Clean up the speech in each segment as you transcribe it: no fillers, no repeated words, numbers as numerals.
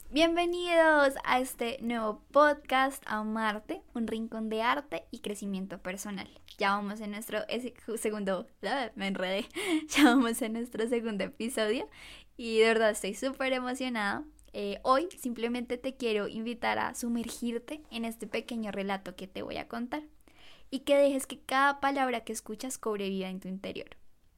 Bienvenidos a este nuevo podcast Amarte, un rincón de arte y crecimiento personal. Ya vamos en nuestro segundo, me enredé, ya vamos en nuestro segundo episodio y de verdad estoy súper emocionada. Hoy simplemente te quiero invitar a sumergirte en este pequeño relato que te voy a contar y que dejes que cada palabra que escuchas cobre vida en tu interior.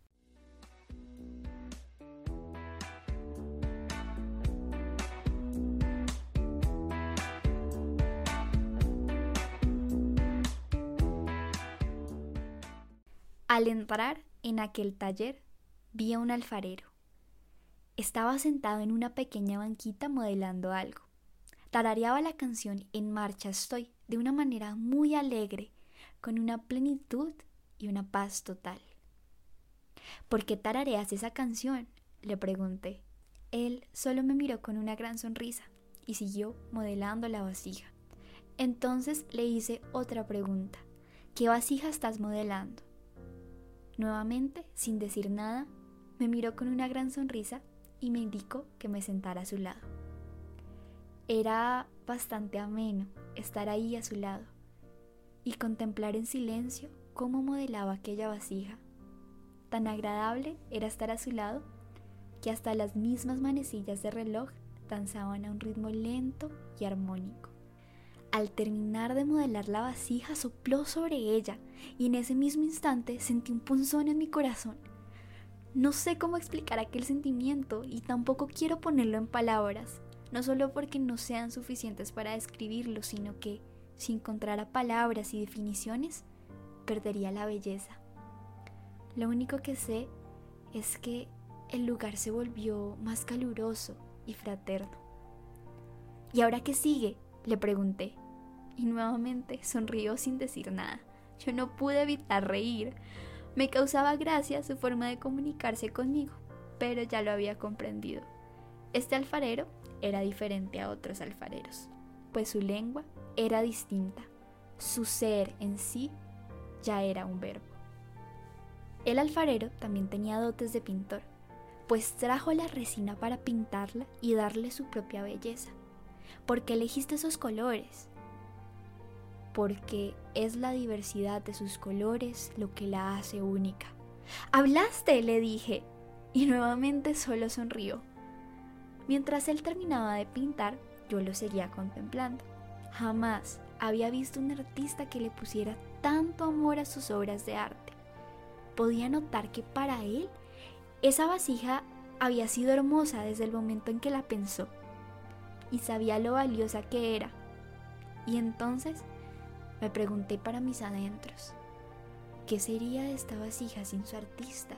Al entrar en aquel taller, vi a un alfarero. Estaba sentado en una pequeña banquita modelando algo. Tarareaba la canción En marcha estoy, de una manera muy alegre, con una plenitud y una paz total. ¿Por qué tarareas esa canción?, le pregunté. Él solo me miró con una gran sonrisa y siguió modelando la vasija. Entonces le hice otra pregunta. ¿Qué vasija estás modelando? Nuevamente, sin decir nada, me miró con una gran sonrisa y me indicó que me sentara a su lado. Era bastante ameno estar ahí a su lado y contemplar en silencio cómo modelaba aquella vasija. Tan agradable era estar a su lado que hasta las mismas manecillas de reloj danzaban a un ritmo lento y armónico. Al terminar de modelar la vasija, sopló sobre ella y en ese mismo instante sentí un punzón en mi corazón. No sé cómo explicar aquel sentimiento y tampoco quiero ponerlo en palabras, no solo porque no sean suficientes para describirlo, sino que, si encontrara palabras y definiciones, perdería la belleza. Lo único que sé es que el lugar se volvió más caluroso y fraterno. ¿Y ahora qué sigue?, le pregunté. Y nuevamente sonrió sin decir nada. Yo no pude evitar reír. Me causaba gracia su forma de comunicarse conmigo, pero ya lo había comprendido. Este alfarero era diferente a otros alfareros, pues su lengua era distinta. Su ser en sí ya era un verbo. El alfarero también tenía dotes de pintor, pues trajo la resina para pintarla y darle su propia belleza. ¿Por qué elegiste esos colores? Porque es la diversidad de sus colores lo que la hace única. ¡Hablaste!, le dije, y nuevamente solo sonrió. Mientras él terminaba de pintar, yo lo seguía contemplando. Jamás había visto un artista que le pusiera tanto amor a sus obras de arte. Podía notar que para él, esa vasija había sido hermosa desde el momento en que la pensó, y sabía lo valiosa que era. Y entonces me pregunté para mis adentros, ¿qué sería de esta vasija sin su artista?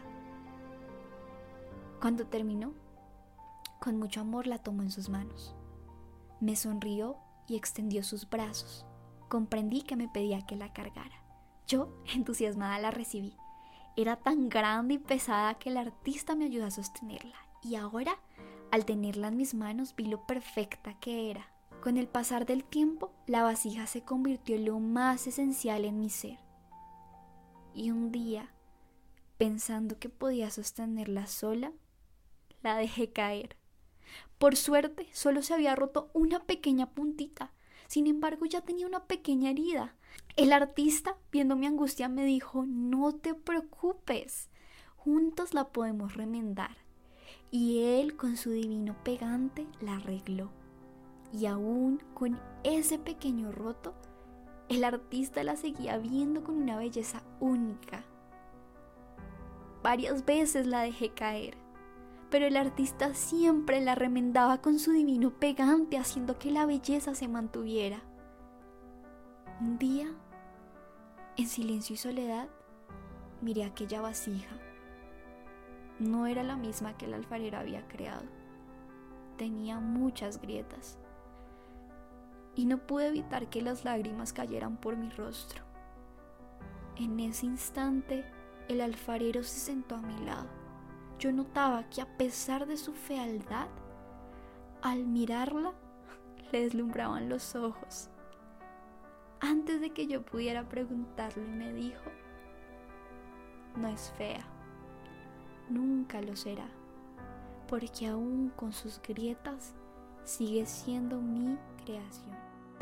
Cuando terminó, con mucho amor la tomó en sus manos. Me sonrió y extendió sus brazos. Comprendí que me pedía que la cargara. Yo, entusiasmada, la recibí. Era tan grande y pesada que el artista me ayudó a sostenerla. Y ahora, al tenerla en mis manos, vi lo perfecta que era. Con el pasar del tiempo, la vasija se convirtió en lo más esencial en mi ser. Y un día, pensando que podía sostenerla sola, la dejé caer. Por suerte, solo se había roto una pequeña puntita. Sin embargo, ya tenía una pequeña herida. El artista, viendo mi angustia, me dijo: no te preocupes, juntos la podemos remendar. Y él, con su divino pegante, la arregló. Y aún con ese pequeño roto, el artista la seguía viendo con una belleza única. Varias veces la dejé caer, pero el artista siempre la remendaba con su divino pegante, haciendo que la belleza se mantuviera. Un día, en silencio y soledad, miré aquella vasija. No era la misma que el alfarero había creado. Tenía muchas grietas. Y no pude evitar que las lágrimas cayeran por mi rostro. En ese instante, el alfarero se sentó a mi lado. Yo notaba que, a pesar de su fealdad, al mirarla, le deslumbraban los ojos. Antes de que yo pudiera preguntarle, me dijo: no es fea, nunca lo será, porque aún con sus grietas sigue siendo mi creación.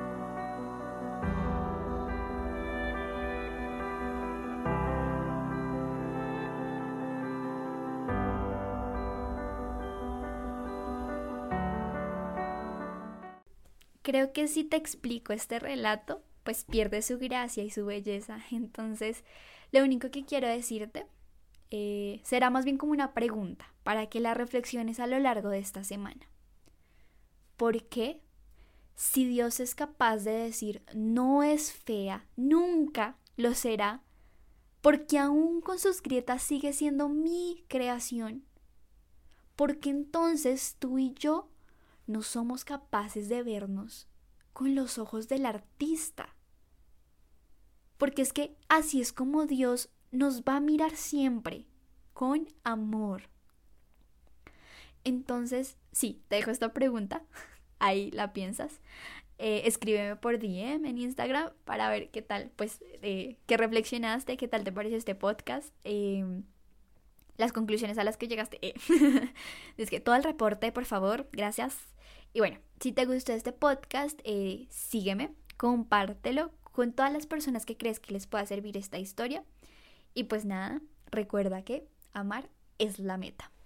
Creo que si te explico este relato, pues pierde su gracia y su belleza. Entonces, lo único que quiero decirte será más bien como una pregunta para que la reflexiones a lo largo de esta semana. ¿Por qué? Si Dios es capaz de decir no es fea, nunca lo será, porque aún con sus grietas sigue siendo mi creación. Porque entonces tú y yo no somos capaces de vernos con los ojos del artista. Porque es que así es como Dios nos va a mirar siempre, con amor. Entonces, sí, te dejo esta pregunta, ahí la piensas. Escríbeme por DM en Instagram para ver qué tal, pues, qué reflexionaste, qué tal te pareció este podcast, las conclusiones a las que llegaste. Es que todo el reporte, por favor, gracias. Y bueno, si te gustó este podcast, sígueme, compártelo con todas las personas que crees que les pueda servir esta historia. Y pues nada, recuerda que amar es la meta.